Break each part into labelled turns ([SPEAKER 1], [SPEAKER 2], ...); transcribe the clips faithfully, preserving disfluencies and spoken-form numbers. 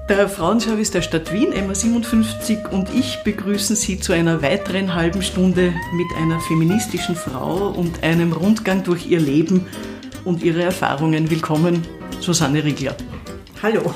[SPEAKER 1] Der Frauenservice der Stadt Wien, M A siebenundfünfzig, und ich begrüßen Sie zu einer weiteren halben Stunde mit einer feministischen Frau und einem Rundgang durch ihr Leben und ihre Erfahrungen. Willkommen, Susanne Riegler.
[SPEAKER 2] Hallo.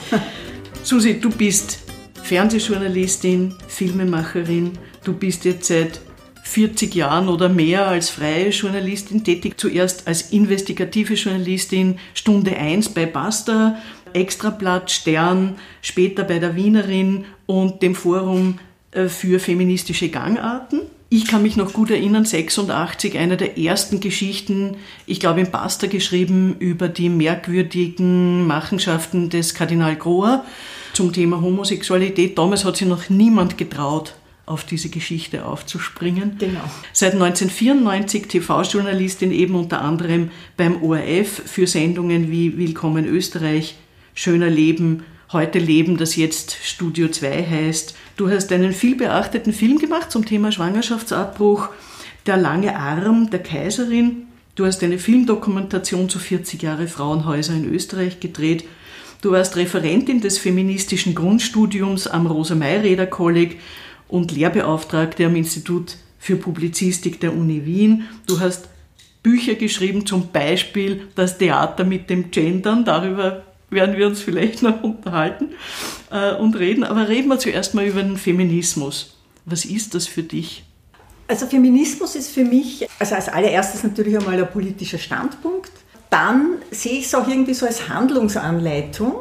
[SPEAKER 1] Susi, du bist Fernsehjournalistin, Filmemacherin. Du bist jetzt seit vierzig Jahren oder mehr als freie Journalistin tätig. Zuerst als investigative Journalistin, Stunde eins bei Basta, Extrablatt, Stern, später bei der Wienerin und dem Forum für feministische Gangarten. Ich kann mich noch gut erinnern, sechsundachtzig, eine der ersten Geschichten, ich glaube in Basta geschrieben, über die merkwürdigen Machenschaften des Kardinal Grohr zum Thema Homosexualität. Damals hat sich noch niemand getraut, auf diese Geschichte aufzuspringen.
[SPEAKER 2] Genau.
[SPEAKER 1] Seit neunzehnhundertvierundneunzig T V-Journalistin, eben unter anderem beim O R F für Sendungen wie Willkommen Österreich, Schöner Leben, Heute Leben, das jetzt Studio zwei heißt. Du hast einen vielbeachteten Film gemacht zum Thema Schwangerschaftsabbruch, Der lange Arm der Kaiserin. Du hast eine Filmdokumentation zu vierzig Jahre Frauenhäuser in Österreich gedreht. Du warst Referentin des feministischen Grundstudiums am Rosa-Mayreder-Kolleg und Lehrbeauftragte am Institut für Publizistik der Uni Wien. Du hast Bücher geschrieben, zum Beispiel Das Theater mit dem Gendern. Darüber werden wir uns vielleicht noch unterhalten äh, und reden. Aber reden wir zuerst mal über den Feminismus. Was ist das für dich?
[SPEAKER 2] Also Feminismus ist für mich, also als allererstes natürlich einmal ein politischer Standpunkt. Dann sehe ich es auch irgendwie so als Handlungsanleitung.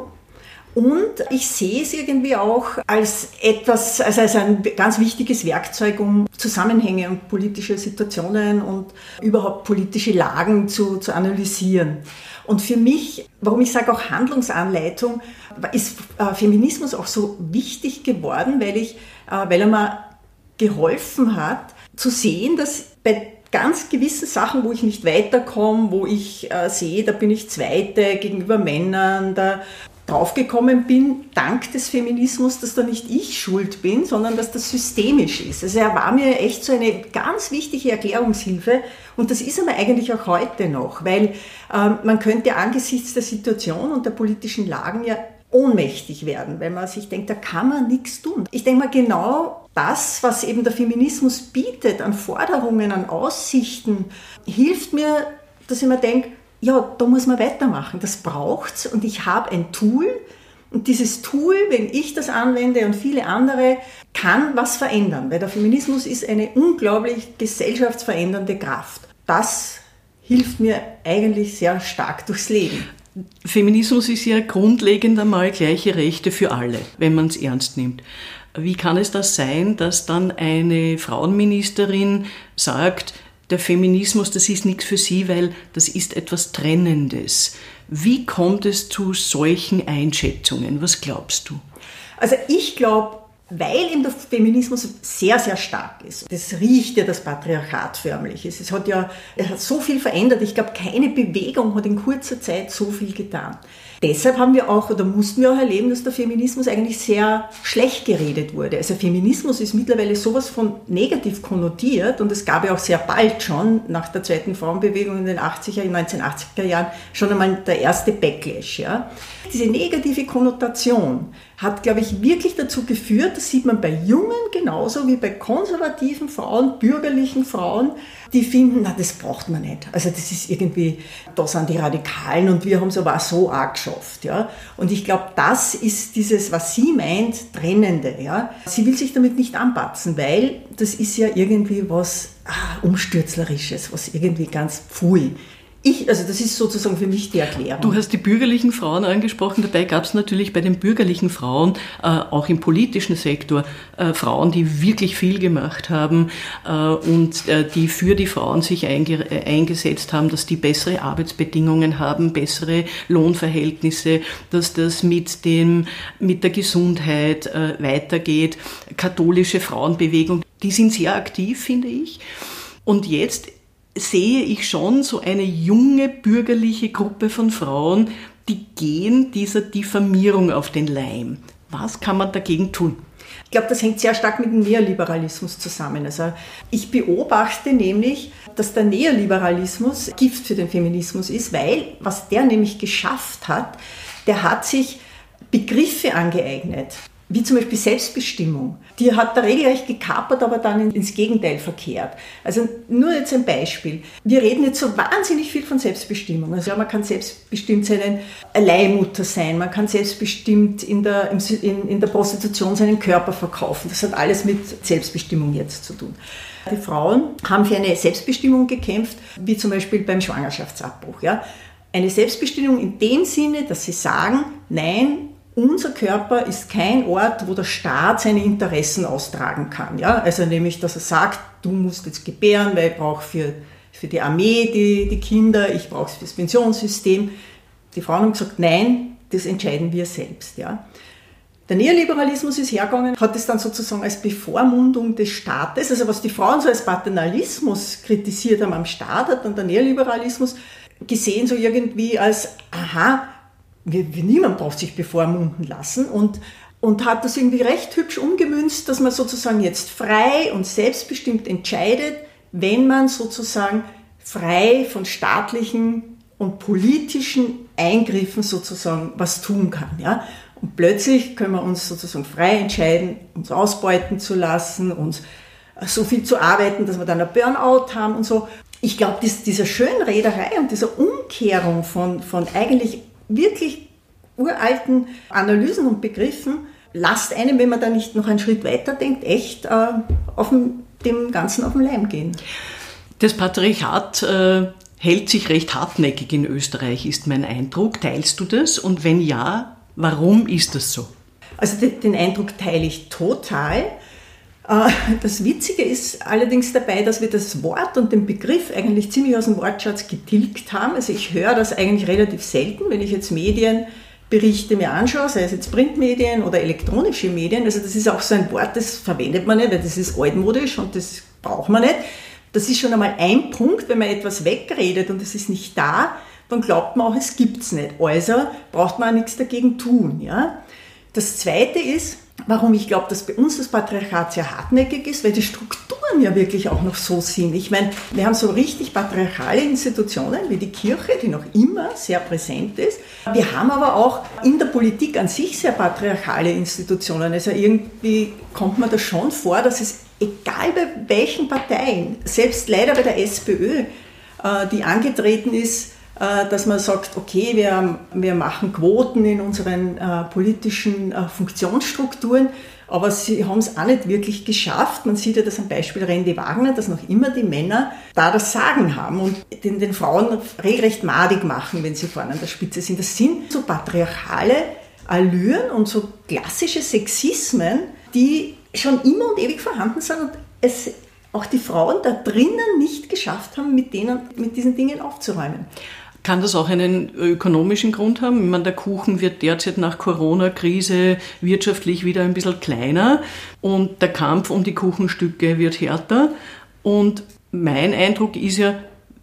[SPEAKER 2] Und ich sehe es irgendwie auch als etwas, also als ein ganz wichtiges Werkzeug, um Zusammenhänge und politische Situationen und überhaupt politische Lagen zu, zu analysieren. Und für mich, warum ich sage auch Handlungsanleitung, ist äh, Feminismus auch so wichtig geworden, weil, ich, äh, weil er mir geholfen hat, zu sehen, dass bei ganz gewissen Sachen, wo ich nicht weiterkomme, wo ich äh, sehe, da bin ich Zweite gegenüber Männern, da draufgekommen bin, dank des Feminismus, dass da nicht ich schuld bin, sondern dass das systemisch ist. Also er war mir echt so eine ganz wichtige Erklärungshilfe und das ist er mir eigentlich auch heute noch, weil ähm, man könnte angesichts der Situation und der politischen Lagen ja ohnmächtig werden, weil man sich denkt, da kann man nichts tun. Ich denke mal, genau das, was eben der Feminismus bietet an Forderungen, an Aussichten, hilft mir, dass ich mir denke, ja, da muss man weitermachen, das braucht's und ich habe ein Tool und dieses Tool, wenn ich das anwende und viele andere, kann was verändern, weil der Feminismus ist eine unglaublich gesellschaftsverändernde Kraft. Das hilft mir eigentlich sehr stark durchs Leben.
[SPEAKER 1] Feminismus ist ja grundlegend einmal gleiche Rechte für alle, wenn man es ernst nimmt. Wie kann es das sein, dass dann eine Frauenministerin sagt, der Feminismus, das ist nichts für sie, weil das ist etwas Trennendes. Wie kommt es zu solchen Einschätzungen? Was glaubst du?
[SPEAKER 2] Also ich glaube, weil eben der Feminismus sehr, sehr stark ist. Das riecht ja das Patriarchat förmlich. Es hat ja es hat so viel verändert. Ich glaube, keine Bewegung hat in kurzer Zeit so viel getan. Deshalb haben wir auch, oder mussten wir auch erleben, dass der Feminismus eigentlich sehr schlecht geredet wurde. Also Feminismus ist mittlerweile sowas von negativ konnotiert und es gab ja auch sehr bald schon, nach der zweiten Frauenbewegung in den achtziger, neunzehnhundertachtziger Jahren, schon einmal der erste Backlash. Ja. Diese negative Konnotation hat, glaube ich, wirklich dazu geführt, das sieht man bei Jungen genauso wie bei konservativen Frauen, bürgerlichen Frauen, die finden, na, das braucht man nicht. Also das ist irgendwie, da sind die Radikalen und wir haben es aber auch so arg geschafft. Ja. Und ich glaube, das ist dieses, was sie meint, Trennende. Ja. Sie will sich damit nicht anpatzen, weil das ist ja irgendwie was ah, Umstürzlerisches, was irgendwie ganz pfui. Ich, also das ist sozusagen für mich die Erklärung.
[SPEAKER 1] Du hast die bürgerlichen Frauen angesprochen. Dabei gab es natürlich bei den bürgerlichen Frauen, äh, auch im politischen Sektor, äh, Frauen, die wirklich viel gemacht haben äh, und äh, die für die Frauen sich einge- äh, eingesetzt haben, dass die bessere Arbeitsbedingungen haben, bessere Lohnverhältnisse, dass das mit, dem, mit der Gesundheit äh, weitergeht. Katholische Frauenbewegung, die sind sehr aktiv, finde ich. Und jetzt sehe ich schon so eine junge bürgerliche Gruppe von Frauen, die gehen dieser Diffamierung auf den Leim. Was kann man dagegen tun?
[SPEAKER 2] Ich glaube, das hängt sehr stark mit dem Neoliberalismus zusammen. Also ich beobachte nämlich, dass der Neoliberalismus Gift für den Feminismus ist, weil was der nämlich geschafft hat, der hat sich Begriffe angeeignet, wie zum Beispiel Selbstbestimmung. Die hat er regelrecht gekapert, aber dann ins Gegenteil verkehrt. Also nur jetzt ein Beispiel. Wir reden jetzt so wahnsinnig viel von Selbstbestimmung. Also ja, man kann selbstbestimmt seine Leihmutter sein, man kann selbstbestimmt in der, in, in der Prostitution seinen Körper verkaufen. Das hat alles mit Selbstbestimmung jetzt zu tun. Die Frauen haben für eine Selbstbestimmung gekämpft, wie zum Beispiel beim Schwangerschaftsabbruch. Ja? Eine Selbstbestimmung in dem Sinne, dass sie sagen, nein, unser Körper ist kein Ort, wo der Staat seine Interessen austragen kann. Ja? Also nämlich, dass er sagt, du musst jetzt gebären, weil ich brauche für, für die Armee die, die Kinder, ich brauche es für das Pensionssystem. Die Frauen haben gesagt, nein, das entscheiden wir selbst. Ja? Der Neoliberalismus ist hergegangen, hat es dann sozusagen als Bevormundung des Staates, also was die Frauen so als Paternalismus kritisiert haben am Staat, hat dann der Neoliberalismus gesehen so irgendwie als, aha, wir, wir, niemand braucht sich bevormunden lassen und, und hat das irgendwie recht hübsch umgemünzt, dass man sozusagen jetzt frei und selbstbestimmt entscheidet, wenn man sozusagen frei von staatlichen und politischen Eingriffen sozusagen was tun kann. Ja? Und plötzlich können wir uns sozusagen frei entscheiden, uns ausbeuten zu lassen, uns so viel zu arbeiten, dass wir dann ein Burnout haben und so. Ich glaube, dieser Schönrederei und dieser Umkehrung von, von eigentlich wirklich uralten Analysen und Begriffen lasst einem, wenn man da nicht noch einen Schritt weiter denkt, echt äh, auf dem, dem Ganzen auf den Leim gehen.
[SPEAKER 1] Das Patriarchat äh, hält sich recht hartnäckig in Österreich, ist mein Eindruck. Teilst du das? Und wenn ja, warum ist das so?
[SPEAKER 2] Also den, den Eindruck teile ich total. Das Witzige ist allerdings dabei, dass wir das Wort und den Begriff eigentlich ziemlich aus dem Wortschatz getilgt haben. Also ich höre das eigentlich relativ selten, wenn ich jetzt Medienberichte mir anschaue, sei es jetzt Printmedien oder elektronische Medien. Also das ist auch so ein Wort, das verwendet man nicht, weil das ist altmodisch und das braucht man nicht. Das ist schon einmal ein Punkt, wenn man etwas wegredet und es ist nicht da, dann glaubt man auch, es gibt es nicht. Also braucht man auch nichts dagegen tun. Ja? Das Zweite ist, warum ich glaube, dass bei uns das Patriarchat sehr hartnäckig ist, weil die Strukturen ja wirklich auch noch so sind. Ich meine, wir haben so richtig patriarchale Institutionen wie die Kirche, die noch immer sehr präsent ist. Wir haben aber auch in der Politik an sich sehr patriarchale Institutionen. Also irgendwie kommt mir das schon vor, dass es egal bei welchen Parteien, selbst leider bei der SPÖ, die angetreten ist, dass man sagt, okay, wir, wir machen Quoten in unseren äh, politischen äh, Funktionsstrukturen, aber sie haben es auch nicht wirklich geschafft. Man sieht ja das am Beispiel Randy Wagner, dass noch immer die Männer da das Sagen haben und den, den Frauen regelrecht madig machen, wenn sie vorne an der Spitze sind. Das sind so patriarchale Allüren und so klassische Sexismen, die schon immer und ewig vorhanden sind und es auch die Frauen da drinnen nicht geschafft haben, mit, denen, mit diesen Dingen aufzuräumen.
[SPEAKER 1] Kann das auch einen ökonomischen Grund haben? Ich meine, der Kuchen wird derzeit nach Corona-Krise wirtschaftlich wieder ein bisschen kleiner und der Kampf um die Kuchenstücke wird härter. Und mein Eindruck ist ja,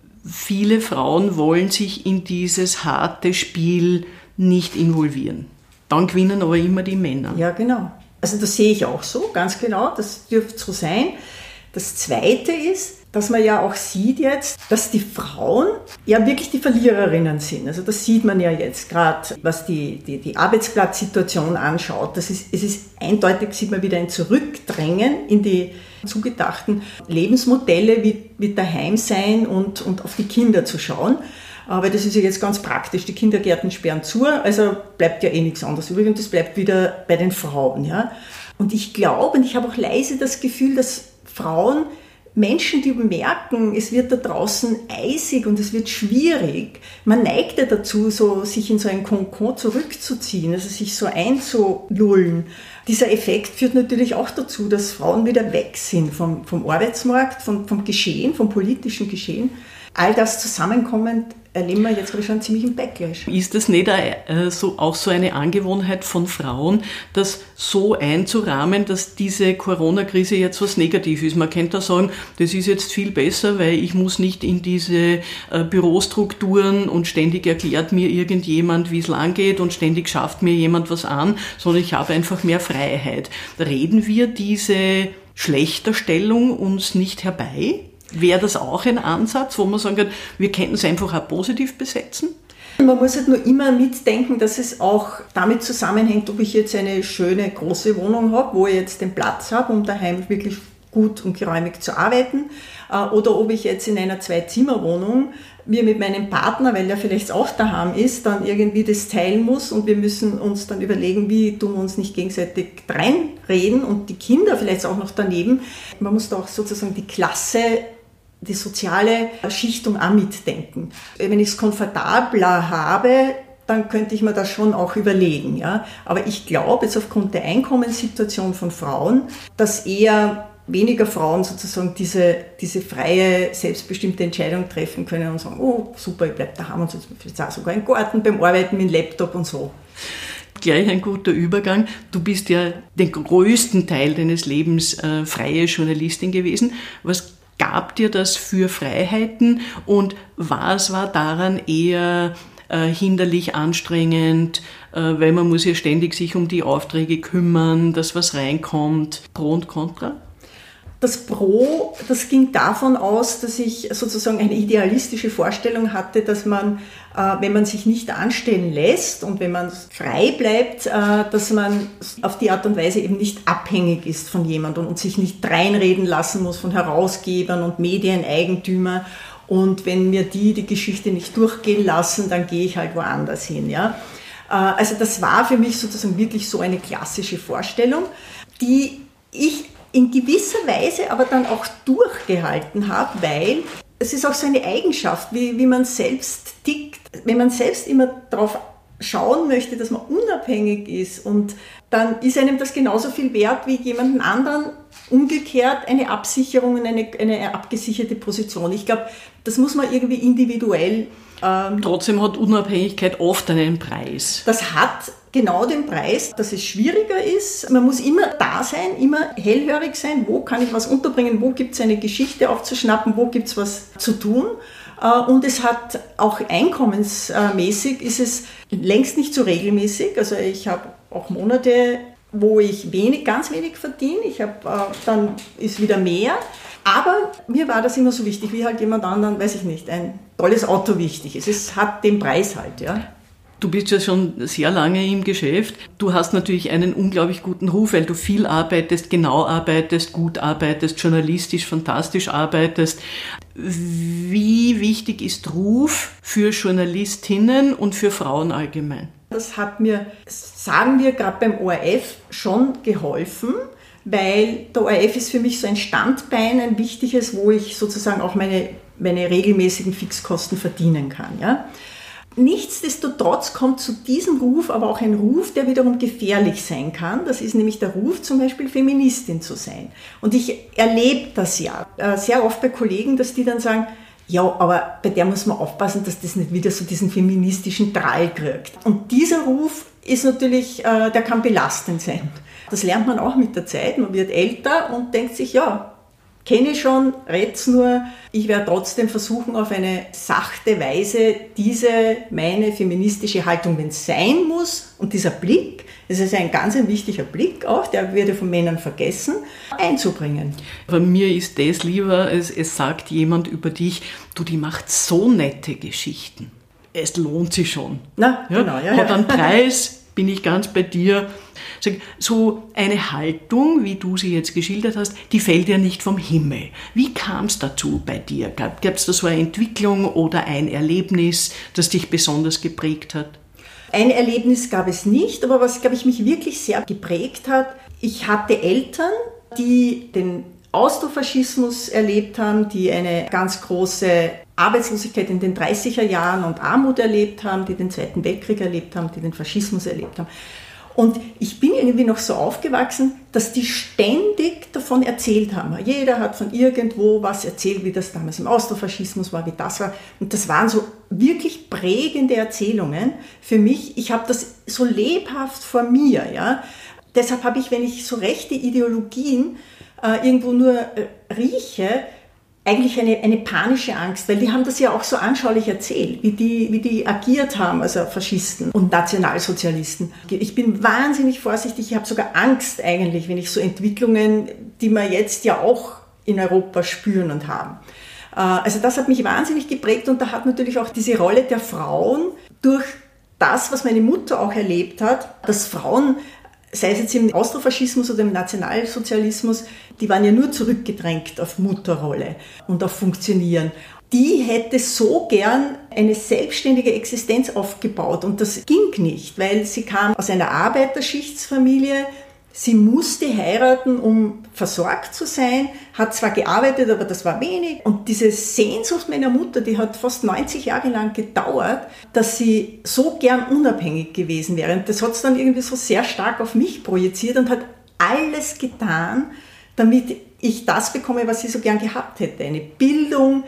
[SPEAKER 1] viele Frauen wollen sich in dieses harte Spiel nicht involvieren. Dann gewinnen aber immer die Männer.
[SPEAKER 2] Ja, genau. Also das sehe ich auch so, ganz genau. Das dürfte so sein. Das Zweite ist, dass man ja auch sieht jetzt, dass die Frauen ja wirklich die Verliererinnen sind. Also das sieht man ja jetzt gerade, was die, die, die Arbeitsplatzsituation anschaut. Das ist, es ist eindeutig, sieht man wieder ein Zurückdrängen in die zugedachten Lebensmodelle wie, wie daheim sein und, und auf die Kinder zu schauen. Aber das ist ja jetzt ganz praktisch. Die Kindergärten sperren zu, also bleibt ja eh nichts anderes übrig und das bleibt wieder bei den Frauen. Ja? Und ich glaube, und ich habe auch leise das Gefühl, dass Frauen, Menschen, die merken, es wird da draußen eisig und es wird schwierig. Man neigt ja dazu, so, sich in so ein Konkon zurückzuziehen, also sich so einzulullen. Dieser Effekt führt natürlich auch dazu, dass Frauen wieder weg sind vom, vom Arbeitsmarkt, vom, vom Geschehen, vom politischen Geschehen. All das zusammenkommend erleben wir jetzt gerade schon ziemlich im Backlash.
[SPEAKER 1] Ist das nicht äh, so, auch so eine Angewohnheit von Frauen, das so einzurahmen, dass diese Corona-Krise jetzt was Negatives ist? Man könnte da sagen, das ist jetzt viel besser, weil ich muss nicht in diese äh, Bürostrukturen und ständig erklärt mir irgendjemand, wie es lang geht und ständig schafft mir jemand was an, sondern ich habe einfach mehr Freiheit. Reden wir diese Schlechterstellung uns nicht herbei? Wäre das auch ein Ansatz, wo man sagen kann, wir könnten es einfach auch positiv besetzen?
[SPEAKER 2] Man muss halt nur immer mitdenken, dass es auch damit zusammenhängt, ob ich jetzt eine schöne große Wohnung habe, wo ich jetzt den Platz habe, um daheim wirklich gut und geräumig zu arbeiten, oder ob ich jetzt in einer Zwei-Zimmer-Wohnung mir mit meinem Partner, weil der vielleicht auch daheim ist, dann irgendwie das teilen muss und wir müssen uns dann überlegen, wie tun wir uns nicht gegenseitig reinreden und die Kinder vielleicht auch noch daneben. Man muss da auch sozusagen die Klasse, die soziale Schichtung auch mitdenken. Wenn ich es komfortabler habe, dann könnte ich mir das schon auch überlegen. Ja? Aber ich glaube jetzt aufgrund der Einkommenssituation von Frauen, dass eher weniger Frauen sozusagen diese, diese freie, selbstbestimmte Entscheidung treffen können und sagen, oh super, ich bleibe daheim und jetzt auch sogar im Garten beim Arbeiten mit dem Laptop und so.
[SPEAKER 1] Gleich ein guter Übergang. Du bist ja den größten Teil deines Lebens äh, freie Journalistin gewesen. Was gab dir das für Freiheiten und was war daran eher äh, hinderlich, anstrengend, äh, weil man muss ja ständig sich um die Aufträge kümmern, dass was reinkommt, Pro und Contra?
[SPEAKER 2] Das Pro, das ging davon aus, dass ich sozusagen eine idealistische Vorstellung hatte, dass man, äh, wenn man sich nicht anstellen lässt und wenn man frei bleibt, äh, dass man auf die Art und Weise eben nicht abhängig ist von jemandem und sich nicht reinreden lassen muss von Herausgebern und Medieneigentümern. Und wenn mir die die Geschichte nicht durchgehen lassen, dann gehe ich halt woanders hin. Ja? Äh, also das war für mich sozusagen wirklich so eine klassische Vorstellung, die ich in gewisser Weise aber dann auch durchgehalten habe, weil es ist auch so eine Eigenschaft, wie, wie man selbst tickt. Wenn man selbst immer darauf schauen möchte, dass man unabhängig ist und dann ist einem das genauso viel wert wie jemanden anderen umgekehrt eine Absicherung und eine, eine abgesicherte Position. Ich glaube, das muss man irgendwie individuell...
[SPEAKER 1] Ähm, Trotzdem hat Unabhängigkeit oft einen Preis.
[SPEAKER 2] Das hat genau den Preis, dass es schwieriger ist. Man muss immer da sein, immer hellhörig sein. Wo kann ich was unterbringen? Wo gibt es eine Geschichte aufzuschnappen? Wo gibt es was zu tun? Und es hat auch einkommensmäßig ist es längst nicht so regelmäßig. Also ich habe auch Monate, wo ich wenig, ganz wenig verdiene. Ich habe dann ist wieder mehr. Aber mir war das immer so wichtig, wie halt jemand anderen, weiß ich nicht, ein tolles Auto wichtig ist. Es hat den Preis halt, ja.
[SPEAKER 1] Du bist ja schon sehr lange im Geschäft. Du hast natürlich einen unglaublich guten Ruf, weil du viel arbeitest, genau arbeitest, gut arbeitest, journalistisch fantastisch arbeitest. Wie wichtig ist Ruf für Journalistinnen und für Frauen allgemein?
[SPEAKER 2] Das hat mir, sagen wir, gerade beim O R F schon geholfen, weil der O R F ist für mich so ein Standbein, ein wichtiges, wo ich sozusagen auch meine, meine regelmäßigen Fixkosten verdienen kann. Ja? Nichtsdestotrotz kommt zu diesem Ruf aber auch ein Ruf, der wiederum gefährlich sein kann. Das ist nämlich der Ruf, zum Beispiel Feministin zu sein. Und ich erlebe das ja sehr oft bei Kollegen, dass die dann sagen, ja, aber bei der muss man aufpassen, dass das nicht wieder so diesen feministischen Drall kriegt. Und dieser Ruf ist natürlich, der kann belastend sein. Das lernt man auch mit der Zeit. Man wird älter und denkt sich, ja, kenne ich schon, red's nur. Ich werde trotzdem versuchen, auf eine sachte Weise diese, meine feministische Haltung, wenn es sein muss, und dieser Blick, das ist ein ganz ein wichtiger Blick auch, der wird ja von Männern vergessen, einzubringen.
[SPEAKER 1] Aber mir ist das lieber, es, es sagt jemand über dich, du, die macht so nette Geschichten. Es lohnt sich schon.
[SPEAKER 2] Na, ja, genau, ja,
[SPEAKER 1] hat
[SPEAKER 2] ja.
[SPEAKER 1] einen Preis, bin ich ganz bei dir. So eine Haltung, wie du sie jetzt geschildert hast, die fällt ja nicht vom Himmel. Wie kam es dazu bei dir? Gab es da so eine Entwicklung oder ein Erlebnis, das dich besonders geprägt hat?
[SPEAKER 2] Ein Erlebnis gab es nicht, aber was, glaube ich, mich wirklich sehr geprägt hat, ich hatte Eltern, die den Austrofaschismus erlebt haben, die eine ganz große Arbeitslosigkeit in den dreißiger Jahren und Armut erlebt haben, die den Zweiten Weltkrieg erlebt haben, die den Faschismus erlebt haben. Und ich bin irgendwie noch so aufgewachsen, dass die ständig davon erzählt haben. Jeder hat von irgendwo was erzählt, wie das damals im Austrofaschismus war, wie das war. Und das waren so wirklich prägende Erzählungen für mich. Ich habe das so lebhaft vor mir. Ja. Deshalb habe ich, wenn ich so rechte Ideologien äh, irgendwo nur äh, rieche, eigentlich eine, eine panische Angst, weil die haben das ja auch so anschaulich erzählt, wie die, wie die agiert haben, also Faschisten und Nationalsozialisten. Ich bin wahnsinnig vorsichtig, ich habe sogar Angst eigentlich, wenn ich so Entwicklungen, die wir jetzt ja auch in Europa spüren und haben. Also das hat mich wahnsinnig geprägt und da hat natürlich auch diese Rolle der Frauen durch das, was meine Mutter auch erlebt hat, dass Frauen, sei es jetzt im Austrofaschismus oder im Nationalsozialismus, die waren ja nur zurückgedrängt auf Mutterrolle und auf Funktionieren. Die hätte so gern eine selbstständige Existenz aufgebaut und das ging nicht, weil sie kam aus einer Arbeiterschichtsfamilie. Sie musste heiraten, um versorgt zu sein, hat zwar gearbeitet, aber das war wenig. Und diese Sehnsucht meiner Mutter, die hat fast neunzig Jahre lang gedauert, dass sie so gern unabhängig gewesen wäre. Und das hat es dann irgendwie so sehr stark auf mich projiziert und hat alles getan, damit ich das bekomme, was sie so gern gehabt hätte. Eine Bildung,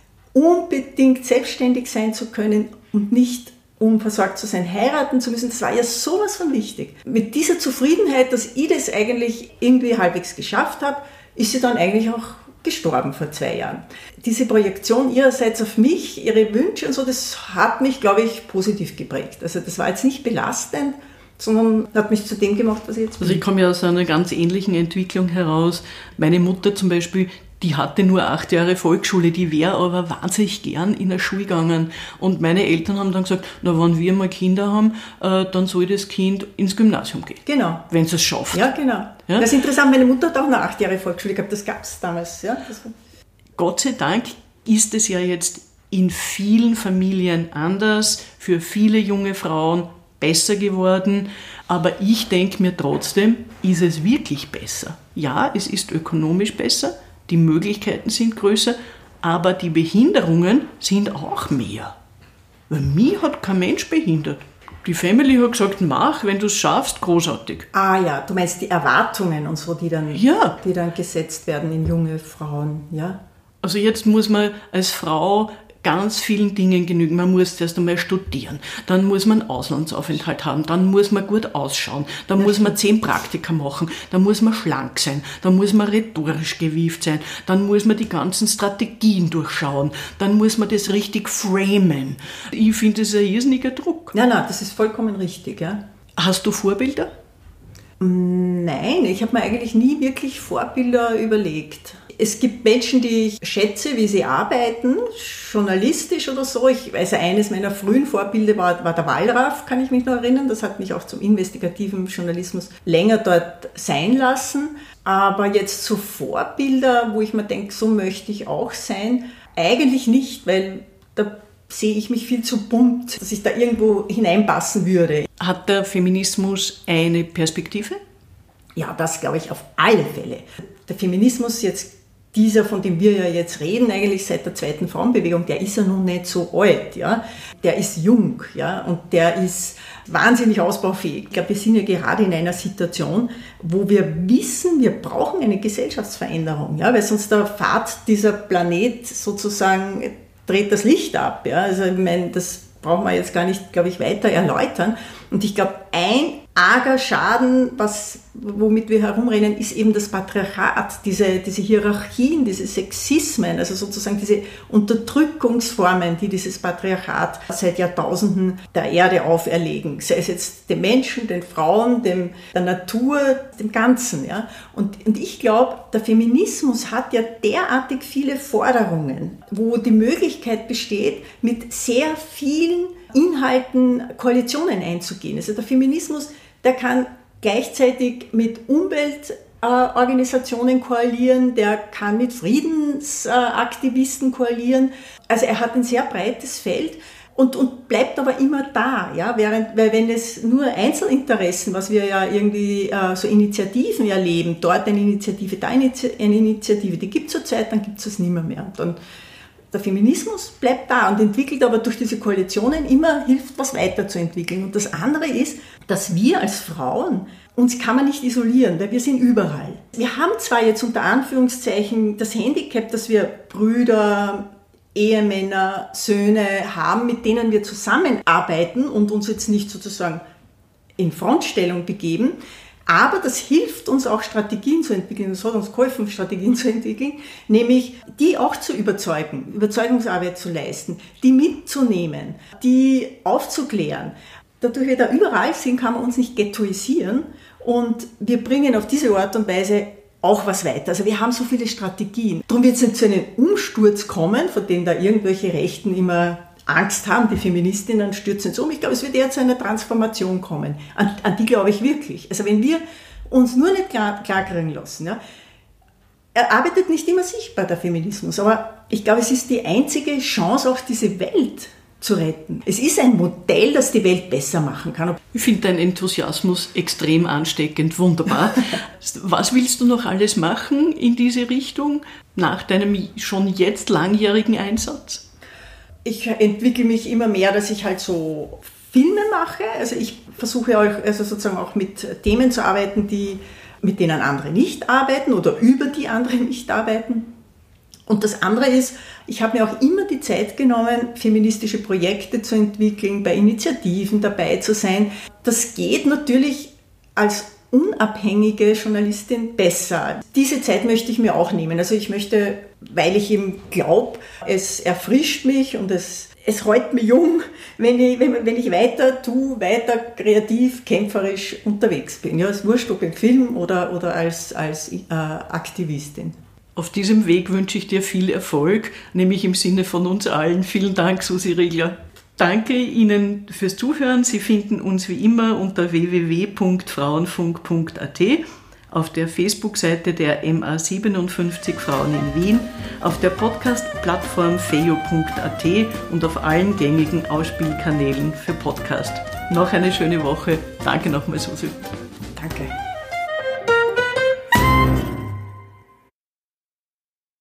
[SPEAKER 2] unbedingt selbstständig sein zu können und nicht um versorgt zu sein, heiraten zu müssen, das war ja sowas von wichtig. Mit dieser Zufriedenheit, dass ich das eigentlich irgendwie halbwegs geschafft habe, ist sie dann eigentlich auch gestorben vor zwei Jahren. Diese Projektion ihrerseits auf mich, ihre Wünsche und so, das hat mich, glaube ich, positiv geprägt. Also das war jetzt nicht belastend, sondern hat mich zu dem gemacht, was ich jetzt bin.
[SPEAKER 1] Also ich komme ja aus einer ganz ähnlichen Entwicklung heraus. Meine Mutter zum Beispiel, die hatte nur acht Jahre Volksschule, die wäre aber wahnsinnig gern in der Schule gegangen. Und meine Eltern haben dann gesagt, na, wenn wir mal Kinder haben, äh, dann soll das Kind ins Gymnasium gehen.
[SPEAKER 2] Genau.
[SPEAKER 1] Wenn es es schafft.
[SPEAKER 2] Ja, genau. Ja? Das ist interessant, meine Mutter hat auch nur acht Jahre Volksschule gehabt, das gab es damals. Ja? Das war
[SPEAKER 1] Gott sei Dank ist es ja jetzt in vielen Familien anders, für viele junge Frauen besser geworden. Aber ich denke mir trotzdem, ist es wirklich besser? Ja, es ist ökonomisch besser. Die Möglichkeiten sind größer, aber die Behinderungen sind auch mehr. Weil mich hat kein Mensch behindert. Die Family hat gesagt, mach, wenn du es schaffst, großartig.
[SPEAKER 2] Ah ja, du meinst die Erwartungen und so, die dann,
[SPEAKER 1] ja.
[SPEAKER 2] die dann gesetzt werden in junge Frauen, ja?
[SPEAKER 1] Also jetzt muss man als Frau ganz vielen Dingen genügen. Man muss zuerst einmal studieren, dann muss man einen Auslandsaufenthalt haben, dann muss man gut ausschauen, dann ja, muss man zehn Praktika machen, dann muss man schlank sein, dann muss man rhetorisch gewieft sein, dann muss man die ganzen Strategien durchschauen, dann muss man das richtig framen. Ich finde, das ist ein irrsinniger Druck.
[SPEAKER 2] Nein, nein, das ist vollkommen richtig. Ja.
[SPEAKER 1] Hast du Vorbilder?
[SPEAKER 2] Nein, ich habe mir eigentlich nie wirklich Vorbilder überlegt. Es gibt Menschen, die ich schätze, wie sie arbeiten, journalistisch oder so. Ich weiß, eines meiner frühen Vorbilder war, war der Wallraff, kann ich mich noch erinnern. Das hat mich auch zum investigativen Journalismus länger dort sein lassen. Aber jetzt so Vorbilder, wo ich mir denke, so möchte ich auch sein, eigentlich nicht, weil da sehe ich mich viel zu bunt, dass ich da irgendwo hineinpassen würde.
[SPEAKER 1] Hat der Feminismus eine Perspektive?
[SPEAKER 2] Ja, das glaube ich auf alle Fälle. Der Feminismus jetzt, dieser, von dem wir ja jetzt reden, eigentlich seit der zweiten Frauenbewegung, der ist ja noch nicht so alt, ja. Der ist jung, ja, und der ist wahnsinnig ausbaufähig. Ich glaube, wir sind ja gerade in einer Situation, wo wir wissen, wir brauchen eine Gesellschaftsveränderung, ja, weil sonst der Pfad dieser Planet sozusagen dreht das Licht ab, ja. Also, ich meine, das brauchen wir jetzt gar nicht, glaube ich, weiter erläutern. Und ich glaube, ein arger Schaden, was, womit wir herumrennen, ist eben das Patriarchat, diese, diese Hierarchien, diese Sexismen, also sozusagen diese Unterdrückungsformen, die dieses Patriarchat seit Jahrtausenden der Erde auferlegen. Sei es jetzt den Menschen, den Frauen, dem, der Natur, dem Ganzen. Ja? Und, und ich glaube, der Feminismus hat ja derartig viele Forderungen, wo die Möglichkeit besteht, mit sehr vielen Inhalten Koalitionen einzugehen. Also der Feminismus, der kann gleichzeitig mit Umweltorganisationen koalieren, der kann mit Friedensaktivisten koalieren. Also er hat ein sehr breites Feld und, und bleibt aber immer da. Ja? Während, weil wenn es nur Einzelinteressen, was wir ja irgendwie äh, so Initiativen erleben, dort eine Initiative, da eine Initiative, die gibt es zurzeit, dann gibt es es nimmer mehr. Und dann der Feminismus bleibt da und entwickelt aber durch diese Koalitionen immer, hilft was weiterzuentwickeln. Und das andere ist, dass wir als Frauen, uns kann man nicht isolieren, weil wir sind überall. Wir haben zwar jetzt unter Anführungszeichen das Handicap, dass wir Brüder, Ehemänner, Söhne haben, mit denen wir zusammenarbeiten und uns jetzt nicht sozusagen in Frontstellung begeben. Aber das hilft uns auch, Strategien zu entwickeln, das hat uns geholfen, Strategien zu entwickeln, nämlich die auch zu überzeugen, Überzeugungsarbeit zu leisten, die mitzunehmen, die aufzuklären. Dadurch wir da überall sind, kann man uns nicht ghettoisieren und wir bringen auf diese Art und Weise auch was weiter. Also wir haben so viele Strategien. Darum wird es nicht zu einem Umsturz kommen, von dem da irgendwelche Rechten immer Angst haben, die Feministinnen stürzen jetzt um. Ich glaube, es wird eher zu einer Transformation kommen. An, an die glaube ich wirklich. Also wenn wir uns nur nicht klar, klar kriegen lassen, ja, er arbeitet nicht immer sichtbar, der Feminismus, aber ich glaube, es ist die einzige Chance, auch diese Welt zu retten. Es ist ein Modell, das die Welt besser machen kann.
[SPEAKER 1] Ich finde deinen Enthusiasmus extrem ansteckend, wunderbar. Was willst du noch alles machen in diese Richtung nach deinem schon jetzt langjährigen Einsatz?
[SPEAKER 2] Ich entwickle mich immer mehr, dass ich halt so Filme mache. Also ich versuche auch, also sozusagen auch mit Themen zu arbeiten, die, mit denen andere nicht arbeiten oder über die andere nicht arbeiten. Und das andere ist, ich habe mir auch immer die Zeit genommen, feministische Projekte zu entwickeln, bei Initiativen dabei zu sein. Das geht natürlich als unabhängige Journalistin besser. Diese Zeit möchte ich mir auch nehmen. Also ich möchte, weil ich eben glaube, es erfrischt mich und es, es hält mich jung, wenn ich, wenn, wenn ich weiter tue, weiter kreativ, kämpferisch unterwegs bin. Ja, als wurscht, ob im Film oder, oder als, als äh, Aktivistin.
[SPEAKER 1] Auf diesem Weg wünsche ich dir viel Erfolg, nämlich im Sinne von uns allen. Vielen Dank, Susi Riegler. Danke Ihnen fürs Zuhören. Sie finden uns wie immer unter w w w punkt frauenfunk punkt a t, auf der Facebook-Seite der M A siebenundfünfzig Frauen in Wien, auf der Podcast-Plattform feio punkt a t und auf allen gängigen Ausspielkanälen für Podcast. Noch eine schöne Woche. Danke nochmal, Susi.
[SPEAKER 2] Danke.